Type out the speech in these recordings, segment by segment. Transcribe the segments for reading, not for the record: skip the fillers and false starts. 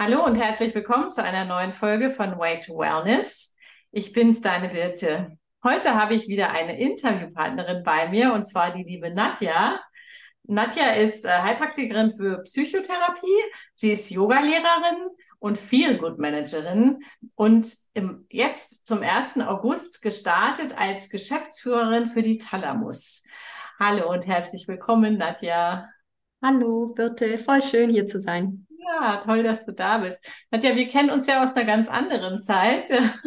Hallo und herzlich willkommen zu einer neuen Folge von Way to Wellness. Ich bin's, deine Birte. Heute habe ich wieder eine Interviewpartnerin bei mir, und zwar die liebe Nadja. Nadja ist Heilpraktikerin für Psychotherapie. Sie ist Yogalehrerin und Feel-Good-Managerin und jetzt zum 1. August gestartet als Geschäftsführerin für die Thalamus. Hallo und herzlich willkommen, Nadja. Hallo, Birte, voll schön hier zu sein. Ja, toll, dass du da bist. Nadja, wir kennen uns ja aus einer ganz anderen Zeit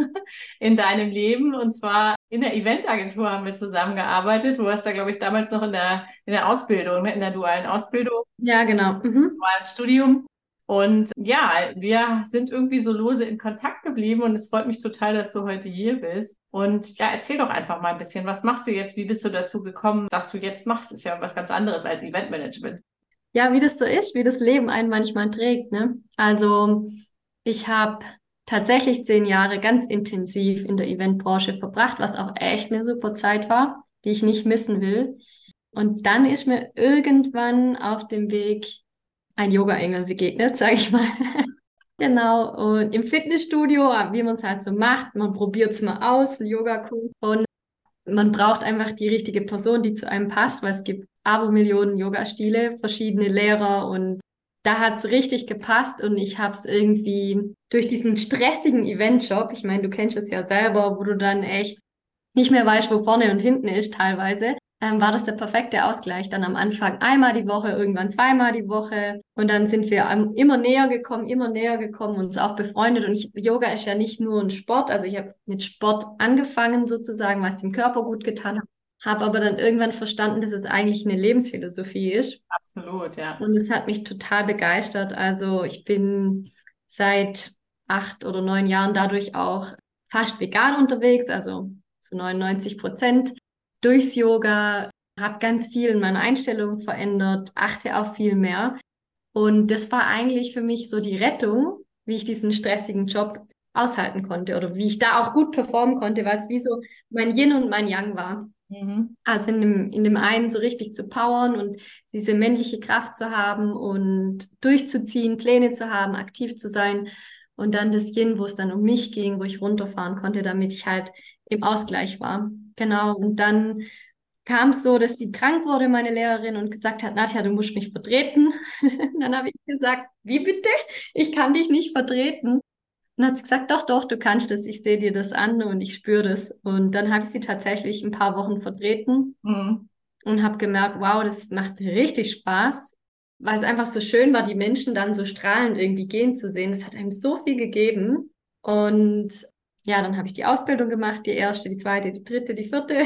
in deinem Leben. Und zwar in der Eventagentur haben wir zusammengearbeitet. Du warst da, glaube ich, damals noch in der Ausbildung, ne? In der dualen Ausbildung, Ja, genau. Mhm. dualen Studium. Und ja, wir sind irgendwie so lose in Kontakt geblieben und es freut mich total, dass du heute hier bist. Und ja, erzähl doch einfach mal ein bisschen, was machst du jetzt? Wie bist du dazu gekommen, was du jetzt machst? Ist ja was ganz anderes als Eventmanagement. Ja, wie das so ist, wie das Leben einen manchmal trägt, ne? Also, ich habe tatsächlich 10 Jahre ganz intensiv in der Eventbranche verbracht, was auch echt eine super Zeit war, die ich nicht missen will. Und dann ist mir irgendwann auf dem Weg ein Yoga-Engel begegnet, sage ich mal. Genau, und im Fitnessstudio, wie man es halt so macht, man probiert es mal aus, einen Yogakurs. Und man braucht einfach die richtige Person, die zu einem passt, weil es gibt Abermillionen Yoga-Stile, verschiedene Lehrer und da hat es richtig gepasst und ich habe es irgendwie durch diesen stressigen Eventjob, ich meine, du kennst es ja selber, wo du dann echt nicht mehr weißt, wo vorne und hinten ist teilweise, war das der perfekte Ausgleich. Dann am Anfang einmal die Woche, irgendwann zweimal die Woche. Und dann sind wir immer näher gekommen, uns auch befreundet. Und Yoga ist ja nicht nur ein Sport. Also ich habe mit Sport angefangen sozusagen, was dem Körper gut getan hat. Habe aber dann irgendwann verstanden, dass es eigentlich eine Lebensphilosophie ist. Absolut, ja. Und es hat mich total begeistert. Also ich bin seit 8 oder 9 Jahren dadurch auch fast vegan unterwegs, also zu 99% durchs Yoga, habe ganz viel in meiner Einstellung verändert, achte auf viel mehr. Und das war eigentlich für mich so die Rettung, wie ich diesen stressigen Job aushalten konnte oder wie ich da auch gut performen konnte, was wie so mein Yin und mein Yang war. Mhm. Also in dem einen so richtig zu powern und diese männliche Kraft zu haben und durchzuziehen, Pläne zu haben, aktiv zu sein. Und dann das Yin, wo es dann um mich ging, wo ich runterfahren konnte, damit ich halt im Ausgleich war. Genau. Und dann kam es so, dass sie krank wurde, meine Lehrerin, und gesagt hat, Nadja, du musst mich vertreten. Dann habe ich gesagt, wie bitte? Ich kann dich nicht vertreten. Dann hat sie gesagt, doch, doch, du kannst das, ich sehe dir das an und ich spüre das. Und dann habe ich sie tatsächlich ein paar Wochen vertreten Mhm. und habe gemerkt, wow, das macht richtig Spaß, weil es einfach so schön war, die Menschen dann so strahlend irgendwie gehen zu sehen. Das hat einem so viel gegeben. Und ja, dann habe ich die Ausbildung gemacht, die erste, die zweite, die dritte, die vierte.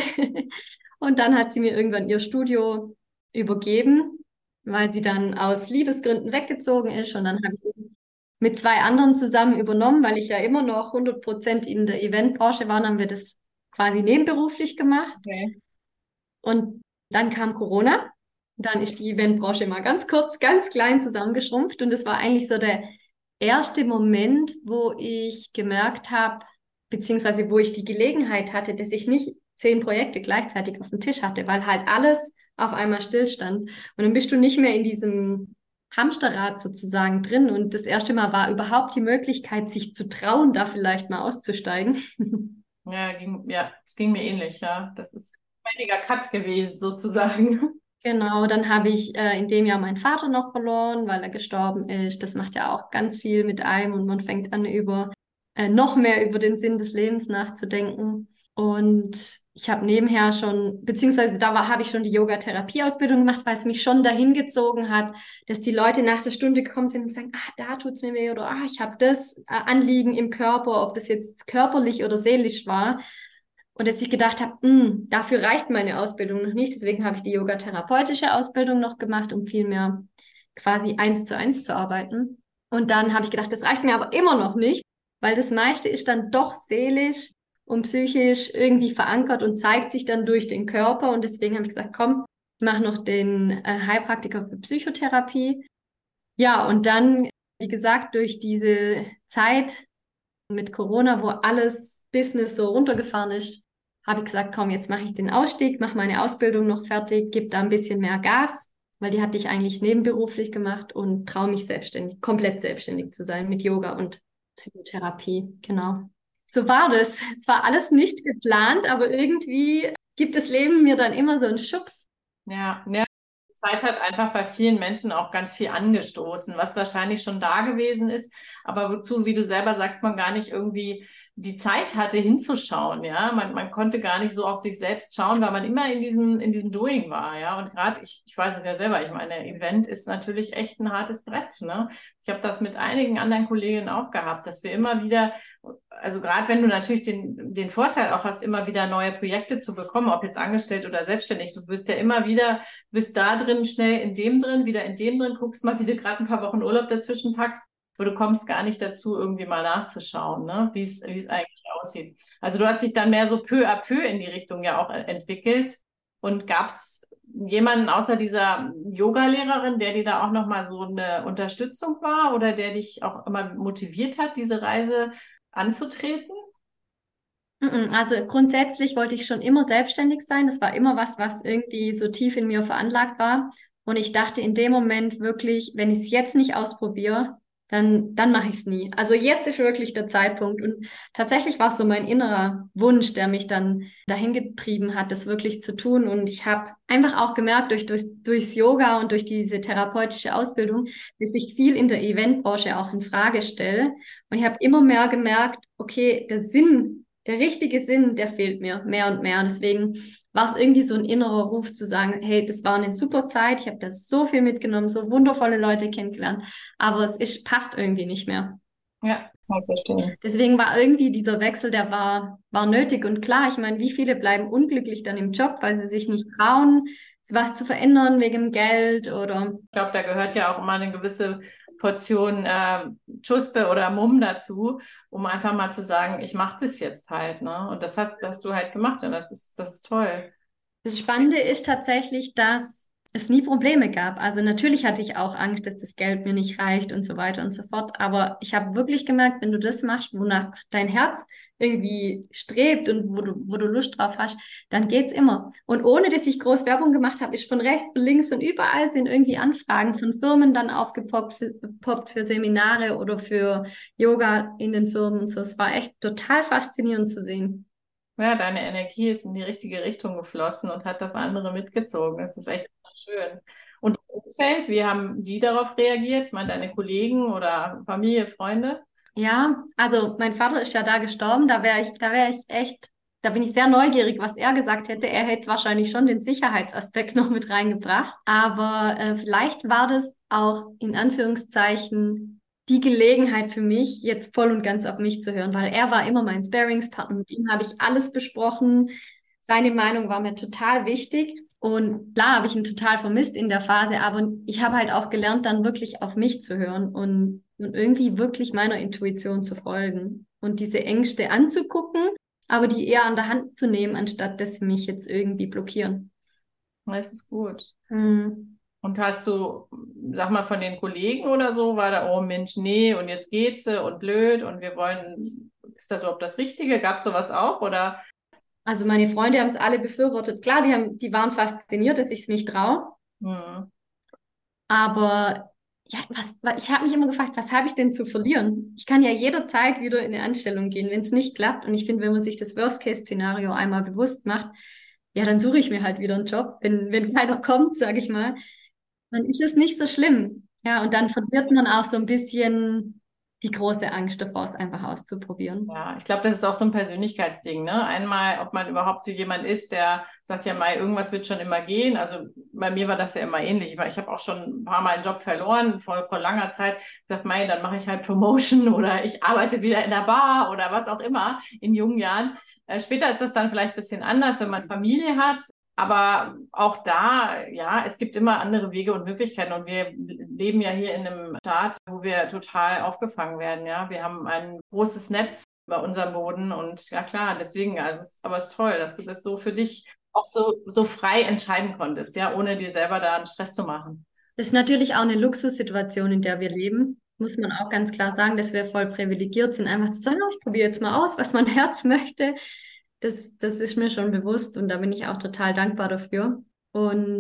Und dann hat sie mir irgendwann ihr Studio übergeben, weil sie dann aus Liebesgründen weggezogen ist. Und dann habe ich das mit zwei anderen zusammen übernommen, weil ich ja immer noch 100% in der Eventbranche war. Dann haben wir das quasi nebenberuflich gemacht. Okay. Und dann kam Corona. Dann ist die Eventbranche mal ganz kurz, ganz klein zusammengeschrumpft. Und es war eigentlich so der erste Moment, wo ich gemerkt habe, beziehungsweise wo ich die Gelegenheit hatte, dass ich nicht 10 Projekte gleichzeitig auf dem Tisch hatte, weil halt alles auf einmal stillstand. Und dann bist du nicht mehr in diesem Hamsterrad sozusagen drin. Und das erste Mal war überhaupt die Möglichkeit, sich zu trauen, da vielleicht mal auszusteigen. Ja, es ging mir ähnlich, ja. Das ist ein einiger Cut gewesen, sozusagen. Genau, dann habe ich in dem Jahr meinen Vater noch verloren, weil er gestorben ist. Das macht ja auch ganz viel mit einem und man fängt an, noch mehr über den Sinn des Lebens nachzudenken. Und ich habe nebenher schon, beziehungsweise habe ich schon die Yoga-Therapie-Ausbildung gemacht, weil es mich schon dahin gezogen hat, dass die Leute nach der Stunde gekommen sind und sagen, ah, da tut's mir weh oder ah, ich habe das Anliegen im Körper, ob das jetzt körperlich oder seelisch war. Und dass ich gedacht habe, dafür reicht meine Ausbildung noch nicht. Deswegen habe ich die yogatherapeutische Ausbildung noch gemacht, um viel mehr quasi 1:1 zu arbeiten. Und dann habe ich gedacht, das reicht mir aber immer noch nicht, weil das meiste ist dann doch seelisch und psychisch irgendwie verankert und zeigt sich dann durch den Körper. Und deswegen habe ich gesagt, komm, ich mache noch den Heilpraktiker für Psychotherapie. Ja, und dann, wie gesagt, durch diese Zeit mit Corona, wo alles Business so runtergefahren ist, habe ich gesagt, komm, jetzt mache ich den Ausstieg, mache meine Ausbildung noch fertig, gebe da ein bisschen mehr Gas weil die hatte ich eigentlich nebenberuflich gemacht und traue mich selbstständig, komplett selbstständig zu sein mit Yoga und Psychotherapie. Genau. So war das. Es war alles nicht geplant, aber irgendwie gibt das Leben mir dann immer so einen Schubs. Ja, ja. Die Zeit hat einfach bei vielen Menschen auch ganz viel angestoßen, was wahrscheinlich schon da gewesen ist, aber wozu, wie du selber sagst, man gar nicht irgendwie die Zeit hatte hinzuschauen, ja. Man konnte gar nicht so auf sich selbst schauen, weil man immer in diesem Doing war, ja. Und gerade, ich weiß es ja selber, ich meine, Event ist natürlich echt ein hartes Brett, ne? Ich habe das mit einigen anderen Kolleginnen auch gehabt, dass wir immer wieder, also gerade wenn du natürlich den Vorteil auch hast, immer wieder neue Projekte zu bekommen, ob jetzt angestellt oder selbstständig, du wirst ja immer wieder, bist da drin, schnell in dem drin, wieder in dem drin, guckst mal, wie du gerade ein paar Wochen Urlaub dazwischen packst, aber du kommst gar nicht dazu, irgendwie mal nachzuschauen, ne, wie es eigentlich aussieht. Also du hast dich dann mehr so peu à peu in die Richtung ja auch entwickelt. Und gab es jemanden außer dieser Yoga-Lehrerin, der dir da auch nochmal so eine Unterstützung war oder der dich auch immer motiviert hat, diese Reise anzutreten? Also grundsätzlich wollte ich schon immer selbstständig sein. Das war immer was, was irgendwie so tief in mir veranlagt war. Und ich dachte in dem Moment wirklich, wenn ich es jetzt nicht ausprobiere, dann mache ich es nie. Also jetzt ist wirklich der Zeitpunkt. Und tatsächlich war es so mein innerer Wunsch, der mich dann dahin getrieben hat, das wirklich zu tun. Und ich habe einfach auch gemerkt, durchs Yoga und durch diese therapeutische Ausbildung, dass ich viel in der Eventbranche auch in Frage stelle. Und ich habe immer mehr gemerkt, okay, der richtige Sinn, der fehlt mir mehr und mehr. Und deswegen war es irgendwie so ein innerer Ruf zu sagen, hey, das war eine super Zeit, ich habe da so viel mitgenommen, so wundervolle Leute kennengelernt, aber passt irgendwie nicht mehr. Ja, kann ich verstehen. Deswegen war irgendwie dieser Wechsel, der war nötig. Und klar, ich meine, wie viele bleiben unglücklich dann im Job, weil sie sich nicht trauen, was zu verändern wegen dem Geld oder Ich glaube, da gehört ja auch immer eine gewisse Portion Chuspe oder Mumm dazu, um einfach mal zu sagen, ich mache das jetzt halt, ne? Und das hast du halt gemacht und das ist toll. das Spannende ist tatsächlich, dass es nie Probleme gab. Also natürlich hatte ich auch Angst, dass das Geld mir nicht reicht und so weiter und so fort. Aber ich habe wirklich gemerkt, wenn du das machst, wonach dein Herz irgendwie strebt und wo du Lust drauf hast, dann geht's immer. Und ohne dass ich groß Werbung gemacht habe, ist von rechts, von links und überall sind irgendwie Anfragen von Firmen dann aufgepoppt poppt für Seminare oder für Yoga in den Firmen und so. Es war echt total faszinierend zu sehen. Ja, deine Energie ist in die richtige Richtung geflossen und hat das andere mitgezogen. Das ist echt schön. Und das Umfeld, wie haben die darauf reagiert? Ich meine, deine Kollegen oder Familie, Freunde? Ja, also mein Vater ist ja da gestorben, da wäre ich echt, da bin ich sehr neugierig, was er gesagt hätte. Er hätte wahrscheinlich schon den Sicherheitsaspekt noch mit reingebracht. Aber vielleicht war das auch in Anführungszeichen die Gelegenheit für mich, jetzt voll und ganz auf mich zu hören, weil er war immer mein Sparringspartner. Mit ihm habe ich alles besprochen. Seine Meinung war mir total wichtig. Und klar habe ich ihn total vermisst in der Phase, aber ich habe halt auch gelernt, dann wirklich auf mich zu hören und irgendwie wirklich meiner Intuition zu folgen und diese Ängste anzugucken, aber die eher an der Hand zu nehmen, anstatt dass sie mich jetzt irgendwie blockieren. Das ist gut. Hm. Und hast du, sag mal, von den Kollegen oder so, war da, oh Mensch, nee, und jetzt geht's und blöd und wir wollen, ist das überhaupt das Richtige? Gab es sowas auch? Oder? Also meine Freunde haben es alle befürwortet. Klar, die waren fasziniert, dass ich es mich traue. Hm. Aber ja, ich habe mich immer gefragt, was habe ich denn zu verlieren? Ich kann ja jederzeit wieder in eine Anstellung gehen, wenn es nicht klappt. Und ich finde, wenn man sich das Worst-Case-Szenario einmal bewusst macht, ja, dann suche ich mir halt wieder einen Job. Wenn keiner kommt, sage ich mal, dann ist es nicht so schlimm. Ja, und dann verliert man auch so ein bisschen die große Angst davor, es einfach auszuprobieren. Ja, ich glaube, das ist auch so ein Persönlichkeitsding, ne? Einmal, ob man überhaupt so jemand ist, der sagt ja mal, irgendwas wird schon immer gehen. Also bei mir war das ja immer ähnlich, weil ich habe auch schon ein paar Mal einen Job verloren vor langer Zeit. Ich dachte, mei, dann mache ich halt Promotion oder ich arbeite wieder in der Bar oder was auch immer in jungen Jahren. Später ist das dann vielleicht ein bisschen anders, wenn man Familie hat. Aber auch da, ja, es gibt immer andere Wege und Möglichkeiten. Und wir leben ja hier in einem Staat, wo wir total aufgefangen werden. Ja, wir haben ein großes Netz über unserem Boden. Und ja, klar, deswegen, also aber es ist toll, dass du das so für dich auch so frei entscheiden konntest, ja, ohne dir selber da einen Stress zu machen. Das ist natürlich auch eine Luxussituation, in der wir leben. Muss man auch ganz klar sagen, dass wir voll privilegiert sind, einfach zu sagen, oh, ich probiere jetzt mal aus, was mein Herz möchte. Das ist mir schon bewusst und da bin ich auch total dankbar dafür. Und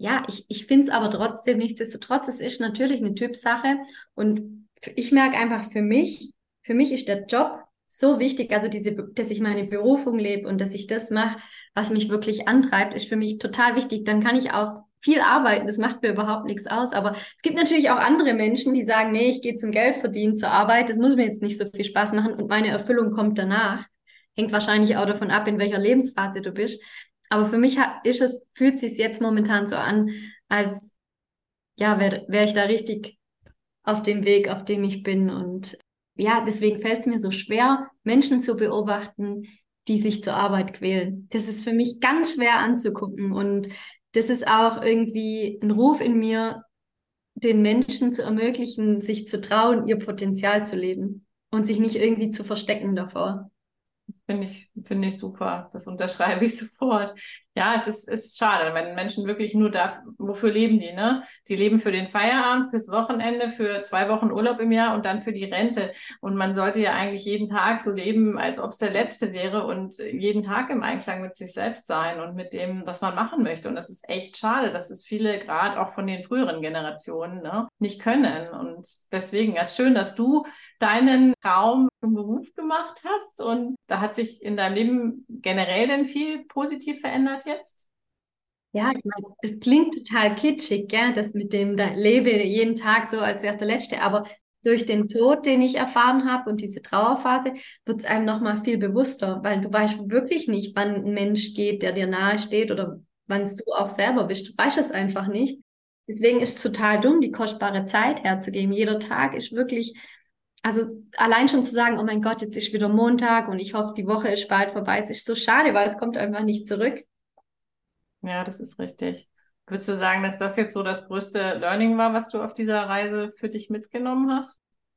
ja, ich finde es aber trotzdem nichtsdestotrotz, es ist natürlich eine Typsache und ich merke einfach für mich ist der Job so wichtig, also dass ich meine Berufung lebe und dass ich das mache, was mich wirklich antreibt, ist für mich total wichtig. Dann kann ich auch viel arbeiten, das macht mir überhaupt nichts aus. Aber es gibt natürlich auch andere Menschen, die sagen, nee, ich gehe zum Geld verdienen, zur Arbeit, das muss mir jetzt nicht so viel Spaß machen und meine Erfüllung kommt danach. Hängt wahrscheinlich auch davon ab, in welcher Lebensphase du bist. Aber für mich fühlt sich jetzt momentan so an, als ja, wär ich da richtig auf dem Weg, auf dem ich bin. Und ja, deswegen fällt es mir so schwer, Menschen zu beobachten, die sich zur Arbeit quälen. Das ist für mich ganz schwer anzugucken. Und das ist auch irgendwie ein Ruf in mir, den Menschen zu ermöglichen, sich zu trauen, ihr Potenzial zu leben und sich nicht irgendwie zu verstecken davor. Finde ich super. Das unterschreibe ich sofort. Ja, ist schade, wenn Menschen wirklich nur da, wofür leben die, ne? Die leben für den Feierabend, fürs Wochenende, für 2 Wochen Urlaub im Jahr und dann für die Rente. Und man sollte ja eigentlich jeden Tag so leben, als ob es der letzte wäre und jeden Tag im Einklang mit sich selbst sein und mit dem, was man machen möchte. Und das ist echt schade, dass es viele, gerade auch von den früheren Generationen, ne, nicht können. Und deswegen, es ist schön, dass du deinen Traum zum Beruf gemacht hast und da hat sich in deinem Leben generell denn viel positiv verändert jetzt? Ja, ich meine, es klingt total kitschig, gell, das mit dem, da lebe jeden Tag so, als wäre es der letzte, aber durch den Tod, den ich erfahren habe und diese Trauerphase, wird es einem nochmal viel bewusster, weil du weißt wirklich nicht, wann ein Mensch geht, der dir nahe steht oder wann es du auch selber bist. Du weißt es einfach nicht. Deswegen ist es total dumm, die kostbare Zeit herzugeben. Jeder Tag ist wirklich, also allein schon zu sagen, oh mein Gott, jetzt ist wieder Montag und ich hoffe, die Woche ist bald vorbei, es ist so schade, weil es kommt einfach nicht zurück. Ja, das ist richtig. Würdest du sagen, dass das jetzt so das größte Learning war, was du auf dieser Reise für dich mitgenommen hast?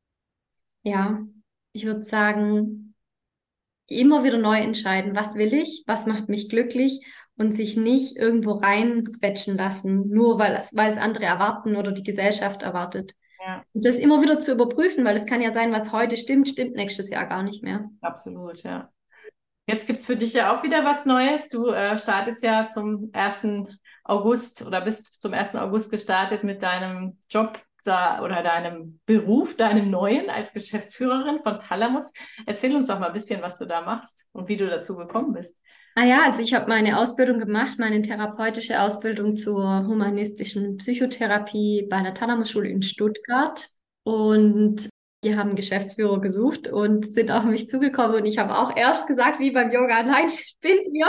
Ja, ich würde sagen, immer wieder neu entscheiden, was will ich, was macht mich glücklich und sich nicht irgendwo reinquetschen lassen, nur weil es andere erwarten oder die Gesellschaft erwartet. Ja, Und das immer wieder zu überprüfen, weil es kann ja sein, was heute stimmt, stimmt nächstes Jahr gar nicht mehr. absolut, ja. Jetzt gibt's für dich ja auch wieder was Neues. Du startest ja zum 1. August oder bist zum 1. August gestartet mit deinem Job oder deinem Beruf, deinem neuen als Geschäftsführerin von Thalamus. Erzähl uns doch mal ein bisschen, was du da machst und wie du dazu gekommen bist. Ah ja, also ich habe meine Ausbildung gemacht, meine therapeutische Ausbildung zur humanistischen Psychotherapie bei der Thalamus-Schule in Stuttgart. Und die haben einen Geschäftsführer gesucht und sind auf mich zugekommen. Und ich habe auch erst gesagt, wie beim Yoga, nein, spinnt mir.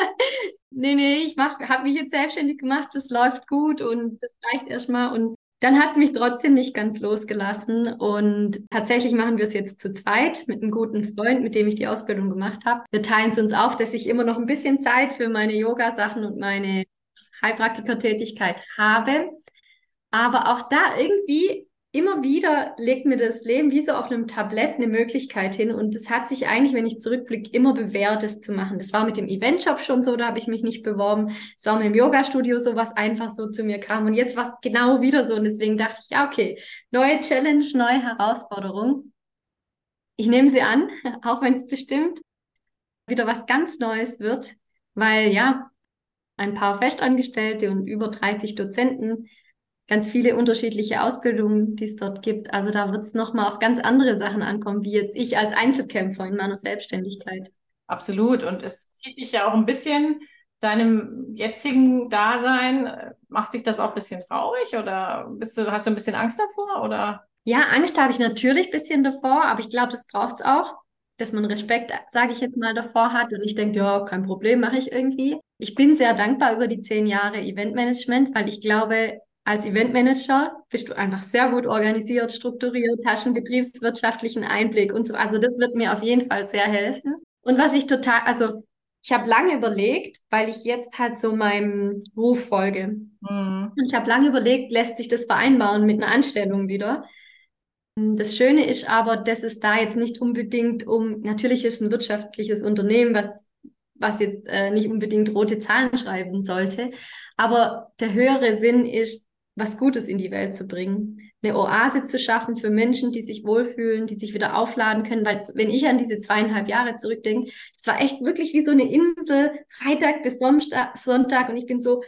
Nee, habe mich jetzt selbstständig gemacht, das läuft gut und das reicht erstmal. Und dann hat es mich trotzdem nicht ganz losgelassen. Und tatsächlich machen wir es jetzt zu zweit mit einem guten Freund, mit dem ich die Ausbildung gemacht habe. Wir teilen es uns auf, dass ich immer noch ein bisschen Zeit für meine Yoga-Sachen und meine Heilpraktikertätigkeit habe. Aber auch da irgendwie immer wieder legt mir das Leben wie so auf einem Tablett eine Möglichkeit hin. Und das hat sich eigentlich, wenn ich zurückblicke, immer bewährt, das zu machen. Das war mit dem Eventshop schon so, da habe ich mich nicht beworben. Es war mit dem Yoga-Studio so, was einfach so zu mir kam. Und jetzt war es genau wieder so. Und deswegen dachte ich, ja, okay, neue Challenge, neue Herausforderung. Ich nehme sie an, auch wenn es bestimmt wieder was ganz Neues wird, weil ja, ein paar Festangestellte und über 30 Dozenten, ganz viele unterschiedliche Ausbildungen, die es dort gibt. Also da wird es nochmal auf ganz andere Sachen ankommen, wie jetzt ich als Einzelkämpfer in meiner Selbstständigkeit. Absolut. Und es zieht dich ja auch ein bisschen deinem jetzigen Dasein. Macht dich das auch ein bisschen traurig oder hast du ein bisschen Angst davor oder? Ja, Angst habe ich natürlich ein bisschen davor, aber ich glaube, das braucht es auch, dass man Respekt, sage ich jetzt mal, davor hat und ich denke, ja, kein Problem, mache ich irgendwie. Ich bin sehr dankbar über die 10 Jahre Eventmanagement, weil ich glaube, als Eventmanager bist du einfach sehr gut organisiert, strukturiert, hast einen betriebswirtschaftlichen Einblick und so. Also das wird mir auf jeden Fall sehr helfen. Und was ich total, also ich habe lange überlegt, weil ich jetzt halt so meinem Ruf folge. Hm. Und ich habe lange überlegt, lässt sich das vereinbaren mit einer Anstellung wieder? Das Schöne ist aber, dass es da jetzt nicht unbedingt natürlich ist es ein wirtschaftliches Unternehmen, was jetzt nicht unbedingt rote Zahlen schreiben sollte, aber der höhere Sinn ist, was Gutes in die Welt zu bringen, eine Oase zu schaffen für Menschen, die sich wohlfühlen, die sich wieder aufladen können, weil wenn ich an diese 2,5 Jahre zurückdenke, es war echt wirklich wie so eine Insel, Freitag bis Sonntag und ich bin so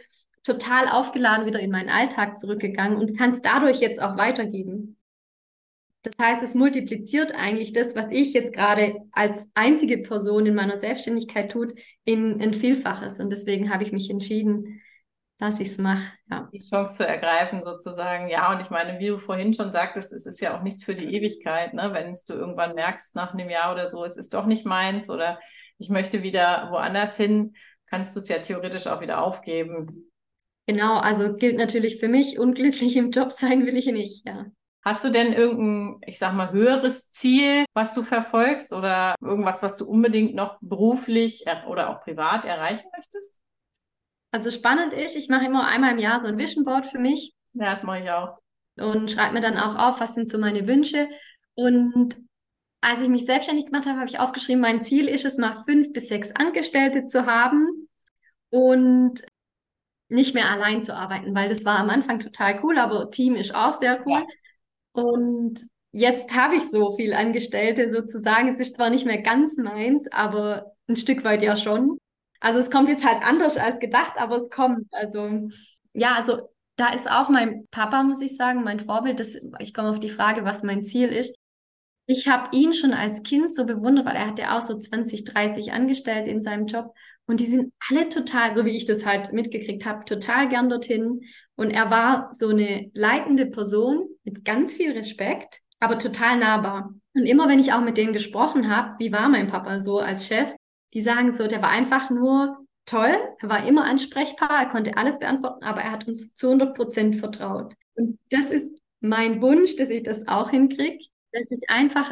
total aufgeladen wieder in meinen Alltag zurückgegangen und kann es dadurch jetzt auch weitergeben. Das heißt, es multipliziert eigentlich das, was ich jetzt gerade als einzige Person in meiner Selbstständigkeit tut, in ein Vielfaches. Und deswegen habe ich mich entschieden, dass ich es mache. Ja. Die Chance zu ergreifen sozusagen. Ja, und ich meine, wie du vorhin schon sagtest, es ist ja auch nichts für die Ewigkeit, ne? Wenn du irgendwann merkst nach einem Jahr oder so, es ist doch nicht meins oder ich möchte wieder woanders hin, kannst du es ja theoretisch auch wieder aufgeben. Genau, also gilt natürlich für mich, unglücklich im Job sein will ich nicht, ja. Hast du denn irgendein, ich sag mal, höheres Ziel, was du verfolgst oder irgendwas, was du unbedingt noch beruflich oder auch privat erreichen möchtest? Also spannend ist, ich mache immer einmal im Jahr so ein Vision Board für mich Ja, das mache ich auch. und schreibe mir dann auch auf, was sind so meine Wünsche. Und als ich mich selbstständig gemacht habe, habe ich aufgeschrieben, mein Ziel ist es, mal 5 bis 6 Angestellte zu haben und nicht mehr allein zu arbeiten, weil das war am Anfang total cool, aber Team ist auch sehr cool. Ja. Und jetzt habe ich so viel Angestellte sozusagen. Es ist zwar nicht mehr ganz meins, aber ein Stück weit ja schon. Also es kommt jetzt halt anders als gedacht, aber es kommt. Also ja, also da ist auch mein Papa, muss ich sagen, mein Vorbild. Ich komme auf die Frage, was mein Ziel ist. Ich habe ihn schon als Kind so bewundert, weil er hatte auch so 20, 30 Angestellte in seinem Job und die sind alle total, so wie ich das halt mitgekriegt habe, total gern dorthin. Und er war so eine leitende Person mit ganz viel Respekt, aber total nahbar. Und immer wenn ich auch mit denen gesprochen habe, wie war mein Papa so als Chef, die sagen so, der war einfach nur toll, er war immer ansprechbar, er konnte alles beantworten, aber er hat uns zu 100% vertraut. Und das ist mein Wunsch, dass ich das auch hinkriege, dass ich einfach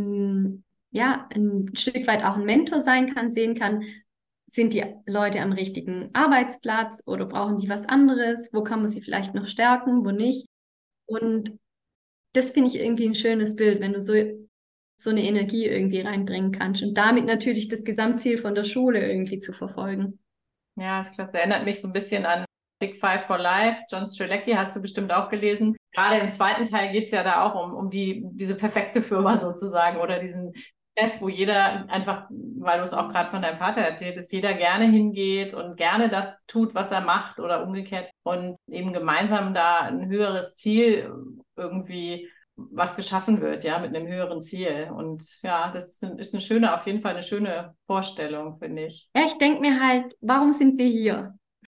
ja, ein Stück weit auch ein Mentor sein kann, sehen kann, sind die Leute am richtigen Arbeitsplatz oder brauchen sie was anderes? Wo kann man sie vielleicht noch stärken, wo nicht? Und das finde ich irgendwie ein schönes Bild, wenn du so eine Energie irgendwie reinbringen kannst und damit natürlich das Gesamtziel von der Schule irgendwie zu verfolgen. Ja, ist klasse. Erinnert mich so ein bisschen an Big Five for Life. John Strzelecki hast du bestimmt auch gelesen. Gerade im zweiten Teil geht's ja da auch um diese perfekte Firma sozusagen oder diesen Chef, wo jeder einfach, weil du es auch gerade von deinem Vater erzählt hast, jeder gerne hingeht und gerne das tut, was er macht oder umgekehrt und eben gemeinsam da ein höheres Ziel irgendwie was geschaffen wird, ja, mit einem höheren Ziel. Und ja, das ist eine schöne, auf jeden Fall eine schöne Vorstellung, finde ich. Ja, ich denke mir halt, warum sind wir hier?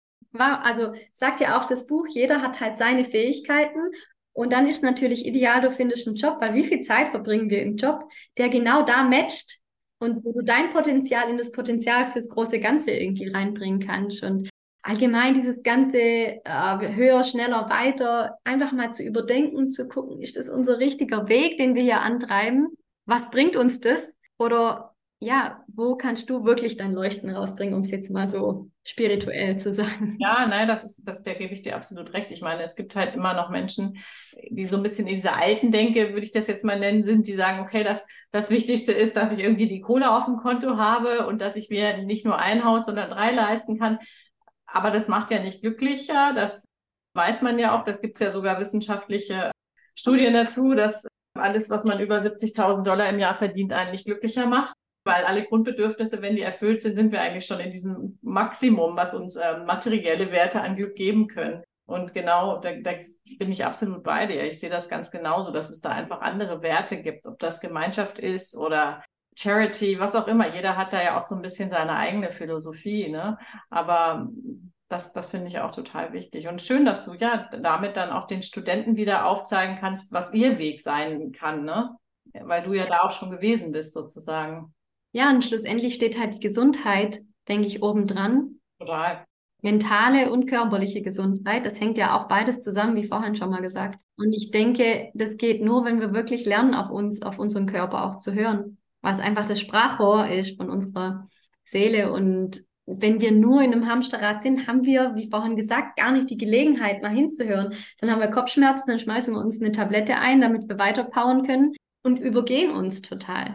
Also sagt ja auch das Buch, jeder hat halt seine Fähigkeiten und dann ist natürlich ideal, du findest einen Job, weil wie viel Zeit verbringen wir im Job, der genau da matcht und wo du dein Potenzial in das Potenzial fürs große Ganze irgendwie reinbringen kannst und allgemein dieses ganze höher, schneller, weiter, einfach mal zu überdenken, zu gucken, ist das unser richtiger Weg, den wir hier antreiben? Was bringt uns das? Oder ja, wo kannst du wirklich dein Leuchten rausbringen, um es jetzt mal so spirituell zu sagen? Ja, nein, da gebe ich dir absolut recht. Ich meine, es gibt halt immer noch Menschen, die so ein bisschen in dieser alten Denke, würde ich das jetzt mal nennen, sind, die sagen, okay, das Wichtigste ist, dass ich irgendwie die Kohle auf dem Konto habe und dass ich mir nicht nur ein Haus, sondern 3 leisten kann. Aber das macht ja nicht glücklicher. Das weiß man ja auch. Das gibt es ja sogar wissenschaftliche Studien dazu, dass alles, was man über 70.000 $ im Jahr verdient, einen nicht glücklicher macht. Weil alle Grundbedürfnisse, wenn die erfüllt sind, sind wir eigentlich schon in diesem Maximum, was uns materielle Werte an Glück geben können. Und genau, da bin ich absolut bei dir. Ich sehe das ganz genauso, dass es da einfach andere Werte gibt, ob das Gemeinschaft ist oder Charity, was auch immer. Jeder hat da ja auch so ein bisschen seine eigene Philosophie, ne? Aber das finde ich auch total wichtig. Und schön, dass du ja damit dann auch den Studenten wieder aufzeigen kannst, was ihr Weg sein kann, ne? Weil du ja da auch schon gewesen bist, sozusagen. Ja, und schlussendlich steht halt die Gesundheit, denke ich, obendran. Total. Mentale und körperliche Gesundheit, das hängt ja auch beides zusammen, wie vorhin schon mal gesagt. Und ich denke, das geht nur, wenn wir wirklich lernen, auf uns, auf unseren Körper auch zu hören, was einfach das Sprachrohr ist von unserer Seele. Und wenn wir nur in einem Hamsterrad sind, haben wir, wie vorhin gesagt, gar nicht die Gelegenheit, mal hinzuhören. Dann haben wir Kopfschmerzen, dann schmeißen wir uns eine Tablette ein, damit wir weiter powern können und übergehen uns total.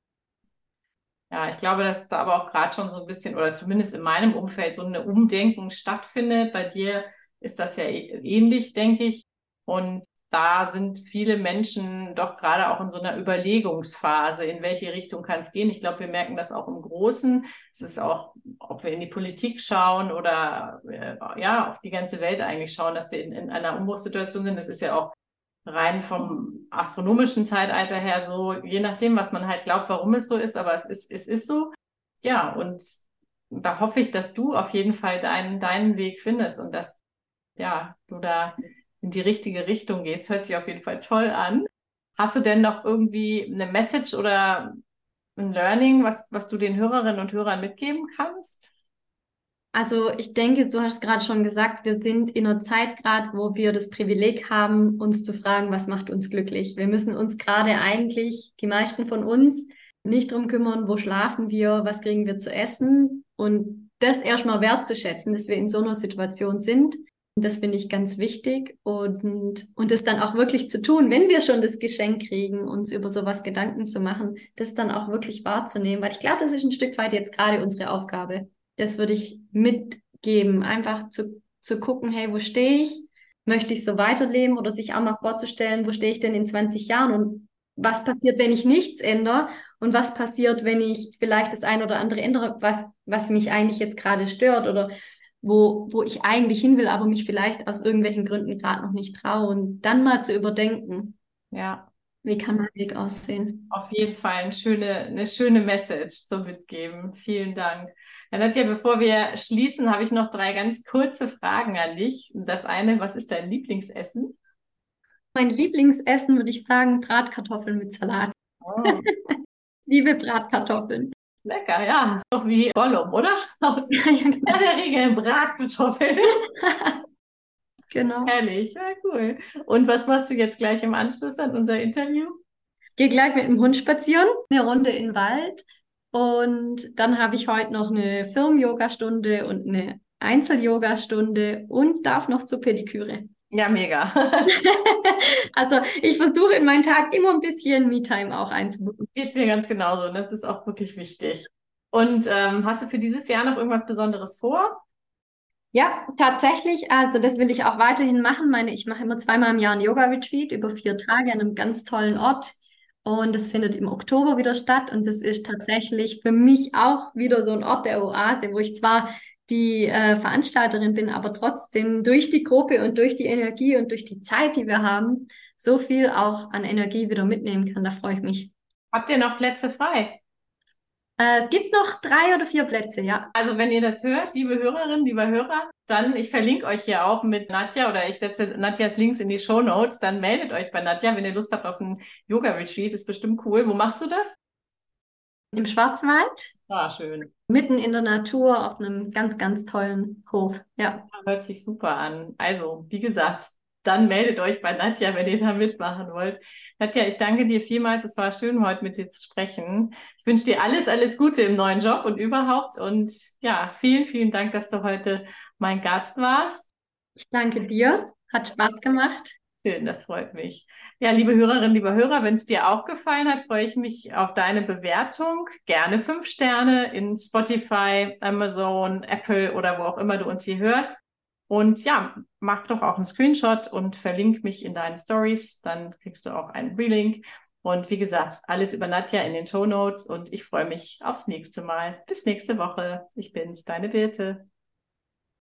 Ja, ich glaube, dass da aber auch gerade schon so ein bisschen, oder zumindest in meinem Umfeld, so eine Umdenken stattfindet. Bei dir ist das ja ähnlich, denke ich. Und da sind viele Menschen doch gerade auch in so einer Überlegungsphase, in welche Richtung kann es gehen. Ich glaube, wir merken das auch im Großen. Es ist auch, ob wir in die Politik schauen oder ja, auf die ganze Welt eigentlich schauen, dass wir in einer Umbruchssituation sind. Das ist ja auch rein vom astronomischen Zeitalter her so, je nachdem, was man halt glaubt, warum es so ist, aber es ist so. Ja, und da hoffe ich, dass du auf jeden Fall deinen Weg findest und dass ja, du da in die richtige Richtung gehst. Hört sich auf jeden Fall toll an. Hast du denn noch irgendwie eine Message oder ein Learning, was du den Hörerinnen und Hörern mitgeben kannst? Also ich denke, du hast gerade schon gesagt, wir sind in einer Zeit gerade, wo wir das Privileg haben, uns zu fragen, was macht uns glücklich. Wir müssen uns gerade eigentlich, die meisten von uns, nicht drum kümmern, wo schlafen wir, was kriegen wir zu essen und das erstmal wertzuschätzen, dass wir in so einer Situation sind. Das finde ich ganz wichtig und das dann auch wirklich zu tun, wenn wir schon das Geschenk kriegen, uns über sowas Gedanken zu machen, das dann auch wirklich wahrzunehmen, weil ich glaube, das ist ein Stück weit jetzt gerade unsere Aufgabe. Das würde ich mitgeben, einfach zu gucken, hey, wo stehe ich? Möchte ich so weiterleben oder sich auch mal vorzustellen, wo stehe ich denn in 20 Jahren und was passiert, wenn ich nichts ändere und was passiert, wenn ich vielleicht das ein oder andere ändere, was mich eigentlich jetzt gerade stört oder wo ich eigentlich hin will, aber mich vielleicht aus irgendwelchen Gründen gerade noch nicht traue und dann mal zu überdenken, Ja, wie kann mein Weg aussehen? auf jeden Fall eine schöne Message zum Mitgeben. Vielen Dank. Ja, Nadja, bevor wir schließen, habe ich noch drei ganz kurze Fragen an dich. Das eine, was ist dein Lieblingsessen? Mein Lieblingsessen würde ich sagen, Bratkartoffeln mit Salat. Oh, Liebe Bratkartoffeln. lecker, ja. Doch wie Gollum, oder? Aus Ja, ja, genau. der Regel Bratkartoffeln. Genau. Herrlich, ja, cool. Und was machst du jetzt gleich im Anschluss an unser Interview? Ich gehe gleich mit dem Hund spazieren, eine Runde in den Wald. Und dann habe ich heute noch eine Firmen-Yoga-Stunde und eine Einzel-Yoga-Stunde und darf noch zur Pediküre. Ja, mega. Also ich versuche in meinen Tag immer ein bisschen Me-Time auch einzubauen. Geht mir ganz genauso und das ist auch wirklich wichtig. Und hast du für dieses Jahr noch irgendwas Besonderes vor? Ja, tatsächlich. Also das will ich auch weiterhin machen. Ich mache immer zweimal im Jahr ein Yoga-Retreat über 4 Tage an einem ganz tollen Ort. Und das findet im Oktober wieder statt. Und das ist tatsächlich für mich auch wieder so ein Ort der Oase, wo ich zwar die Veranstalterin bin, aber trotzdem durch die Gruppe und durch die Energie und durch die Zeit, die wir haben, so viel auch an Energie wieder mitnehmen kann. Da freue ich mich. Habt ihr noch Plätze frei? Es gibt noch 3 oder 4 Plätze, ja. Also wenn ihr das hört, liebe Hörerinnen, lieber Hörer, dann ich verlinke euch hier auch mit Nadja oder ich setze Nadjas Links in die Shownotes, dann meldet euch bei Nadja, wenn ihr Lust habt auf ein Yoga-Retreat, ist bestimmt cool. Wo machst du das? Im Schwarzwald. Ah, schön. Mitten in der Natur auf einem ganz, ganz tollen Hof. Ja, Hört sich super an. Also, wie gesagt, dann meldet euch bei Nadja, wenn ihr da mitmachen wollt. Nadja, ich danke dir vielmals. Es war schön, heute mit dir zu sprechen. Ich wünsche dir alles Gute im neuen Job und überhaupt. Und ja, vielen Dank, dass du heute mein Gast warst. ich danke dir. Hat Spaß gemacht. Schön, das freut mich. Ja, liebe Hörerinnen, lieber Hörer, wenn es dir auch gefallen hat, freue ich mich auf deine Bewertung. Gerne 5 Sterne in Spotify, Amazon, Apple oder wo auch immer du uns hier hörst. Und ja, mach doch auch einen Screenshot und verlink mich in deinen Stories. Dann kriegst du auch einen Relink. Und wie gesagt, alles über Nadja in den Shownotes. Und ich freue mich aufs nächste Mal. Bis nächste Woche. Ich bin's, deine Birte.